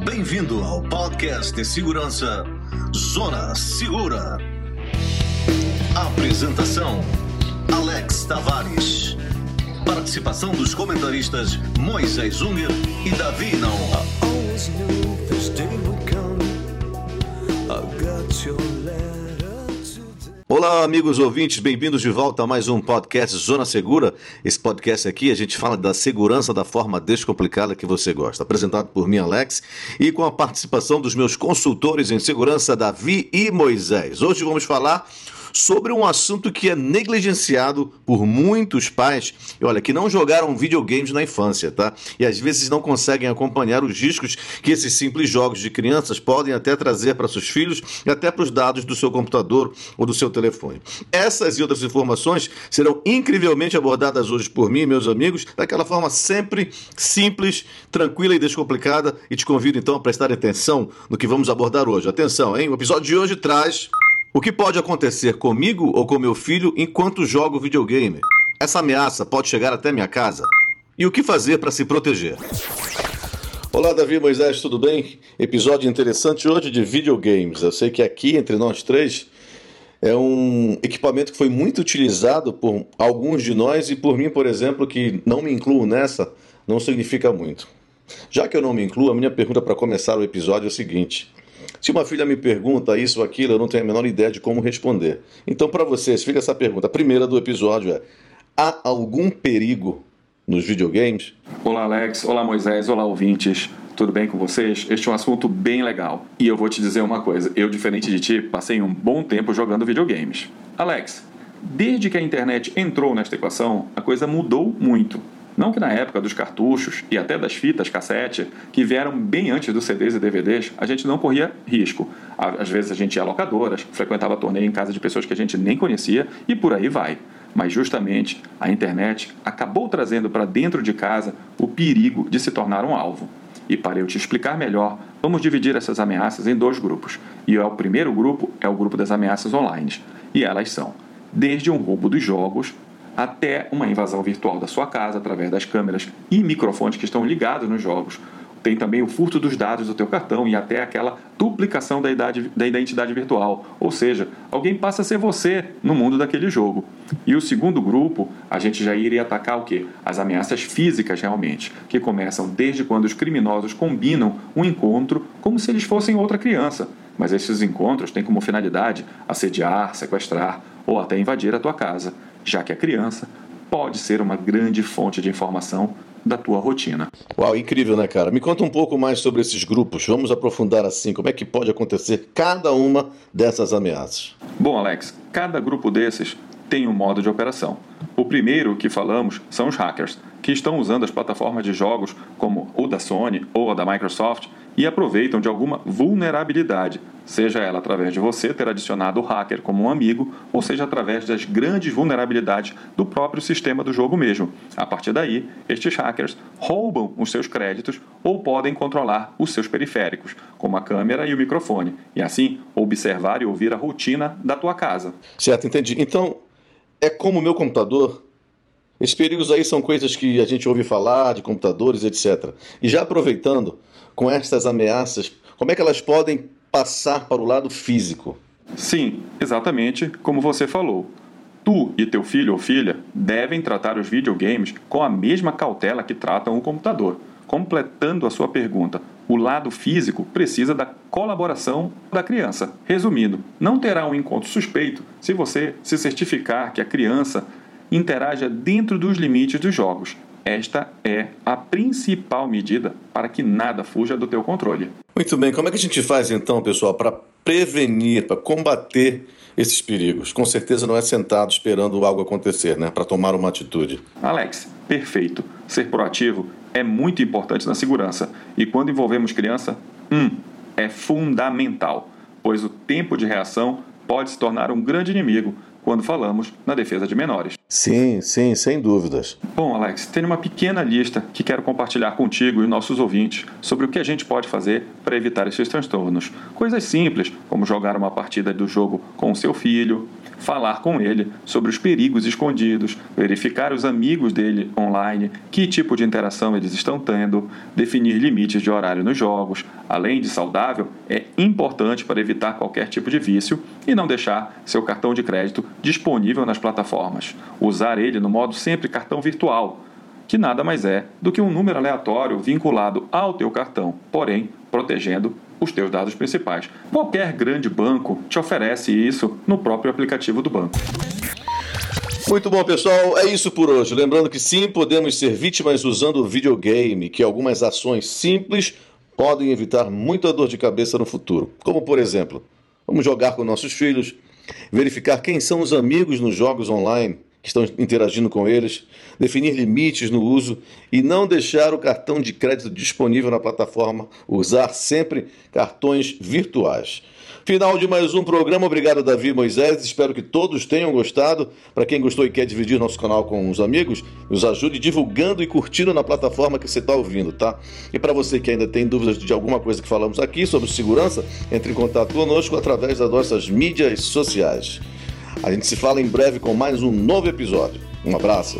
Bem-vindo ao podcast de segurança Zona Segura. Apresentação: Alex Tavares. Participação dos comentaristas Moisés Unger e Davi Naon. Olá, amigos ouvintes, bem-vindos de volta a mais um podcast Zona Segura. Esse podcast aqui a gente fala da segurança da forma descomplicada que você gosta. Apresentado por mim, Alex, e com a participação dos meus consultores em segurança, Davi e Moisés. Hoje vamos falar sobre um assunto que é negligenciado por muitos pais, e olha, que não jogaram videogames na infância, tá? E às vezes não conseguem acompanhar os riscos que esses simples jogos de crianças podem até trazer para seus filhos e até para os dados do seu computador ou do seu telefone. Essas e outras informações serão incrivelmente abordadas hoje por mim e meus amigos, daquela forma sempre simples, tranquila e descomplicada, e te convido então a prestar atenção no que vamos abordar hoje. Atenção, hein? O episódio de hoje traz: o que pode acontecer comigo ou com meu filho enquanto jogo videogame? Essa ameaça pode chegar até minha casa? E o que fazer para se proteger? Olá, Davi, Moisés, tudo bem? Episódio interessante hoje de videogames. Eu sei que aqui, entre nós três, é um equipamento que foi muito utilizado por alguns de nós e por mim, por exemplo, que não me incluo nessa, não significa muito. Já que eu não me incluo, a minha pergunta para começar o episódio é o seguinte: se uma filha me pergunta isso ou aquilo, eu não tenho a menor ideia de como responder. Então, para vocês, fica essa pergunta. A primeira do episódio é: há algum perigo nos videogames? Olá, Alex. Olá, Moisés. Olá, ouvintes. Tudo bem com vocês? Este é um assunto bem legal. E eu vou te dizer uma coisa. Eu, diferente de ti, passei um bom tempo jogando videogames. Alex, desde que a internet entrou nesta equação, a coisa mudou muito. Não que na época dos cartuchos e até das fitas cassete, que vieram bem antes dos CDs e DVDs, a gente não corria risco. Às vezes a gente ia a locadoras, frequentava torneio em casa de pessoas que a gente nem conhecia e por aí vai. Mas justamente a internet acabou trazendo para dentro de casa o perigo de se tornar um alvo. E para eu te explicar melhor, vamos dividir essas ameaças em dois grupos. E o primeiro grupo é o grupo das ameaças online. E elas são desde um roubo dos jogos até uma invasão virtual da sua casa através das câmeras e microfones que estão ligados nos jogos. Tem também o furto dos dados do teu cartão e até aquela duplicação da identidade virtual. Ou seja, alguém passa a ser você no mundo daquele jogo. E o segundo grupo, a gente já iria atacar o quê? As ameaças físicas realmente, que começam desde quando os criminosos combinam um encontro como se eles fossem outra criança. Mas esses encontros têm como finalidade assediar, sequestrar ou até invadir a tua casa, já que a criança pode ser uma grande fonte de informação da tua rotina. Uau, incrível, né, cara? Me conta um pouco mais sobre esses grupos. Vamos aprofundar assim, como é que pode acontecer cada uma dessas ameaças? Bom, Alex, cada grupo desses tem um modo de operação. O primeiro que falamos são os hackers, que estão usando as plataformas de jogos como o da Sony ou a da Microsoft e aproveitam de alguma vulnerabilidade, seja ela através de você ter adicionado o hacker como um amigo, ou seja através das grandes vulnerabilidades do próprio sistema do jogo mesmo. A partir daí, estes hackers roubam os seus créditos ou podem controlar os seus periféricos, como a câmera e o microfone, e assim observar e ouvir a rotina da tua casa. Certo, entendi. Então, é como o meu computador? Esses perigos aí são coisas que a gente ouve falar, de computadores, etc. E já aproveitando, com estas ameaças, como é que elas podem passar para o lado físico? Sim, exatamente como você falou. Tu e teu filho ou filha devem tratar os videogames com a mesma cautela que tratam o computador. Completando a sua pergunta, o lado físico precisa da colaboração da criança. Resumindo, não terá um encontro suspeito se você se certificar que a criança interaja dentro dos limites dos jogos. Esta é a principal medida para que nada fuja do teu controle. Muito bem, como é que a gente faz então, pessoal, para prevenir, para combater esses perigos? Com certeza não é sentado esperando algo acontecer, né? Para tomar uma atitude. Alex, perfeito. Ser proativo é muito importante na segurança. E quando envolvemos criança, é fundamental, pois o tempo de reação pode se tornar um grande inimigo quando falamos na defesa de menores. Sim, sim, sem dúvidas. Bom, Alex, tem uma pequena lista que quero compartilhar contigo e nossos ouvintes sobre o que a gente pode fazer para evitar esses transtornos. Coisas simples, como jogar uma partida do jogo com o seu filho, falar com ele sobre os perigos escondidos, verificar os amigos dele online, que tipo de interação eles estão tendo, definir limites de horário nos jogos. Além de saudável, é importante para evitar qualquer tipo de vício e não deixar seu cartão de crédito disponível nas plataformas. Usar ele no modo sempre cartão virtual, que nada mais é do que um número aleatório vinculado ao teu cartão, porém protegendo os teus dados principais. Qualquer grande banco te oferece isso no próprio aplicativo do banco. Muito bom, pessoal. É isso por hoje. Lembrando que sim, podemos ser vítimas usando o videogame, que algumas ações simples podem evitar muita dor de cabeça no futuro. Como, por exemplo, vamos jogar com nossos filhos, verificar quem são os amigos nos jogos online que estão interagindo com eles, definir limites no uso e não deixar o cartão de crédito disponível na plataforma, usar sempre cartões virtuais. Final de mais um programa. Obrigado, Davi e Moisés. Espero que todos tenham gostado. Para quem gostou e quer dividir nosso canal com os amigos, nos ajude divulgando e curtindo na plataforma que você está ouvindo, tá? E para você que ainda tem dúvidas de alguma coisa que falamos aqui sobre segurança, entre em contato conosco através das nossas mídias sociais. A gente se fala em breve com mais um novo episódio. Um abraço.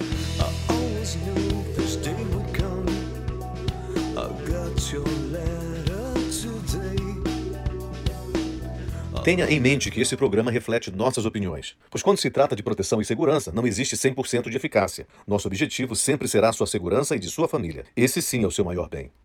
Tenha em mente que esse programa reflete nossas opiniões, pois quando se trata de proteção e segurança, não existe 100% de eficácia. Nosso objetivo sempre será a sua segurança e de sua família. Esse sim é o seu maior bem.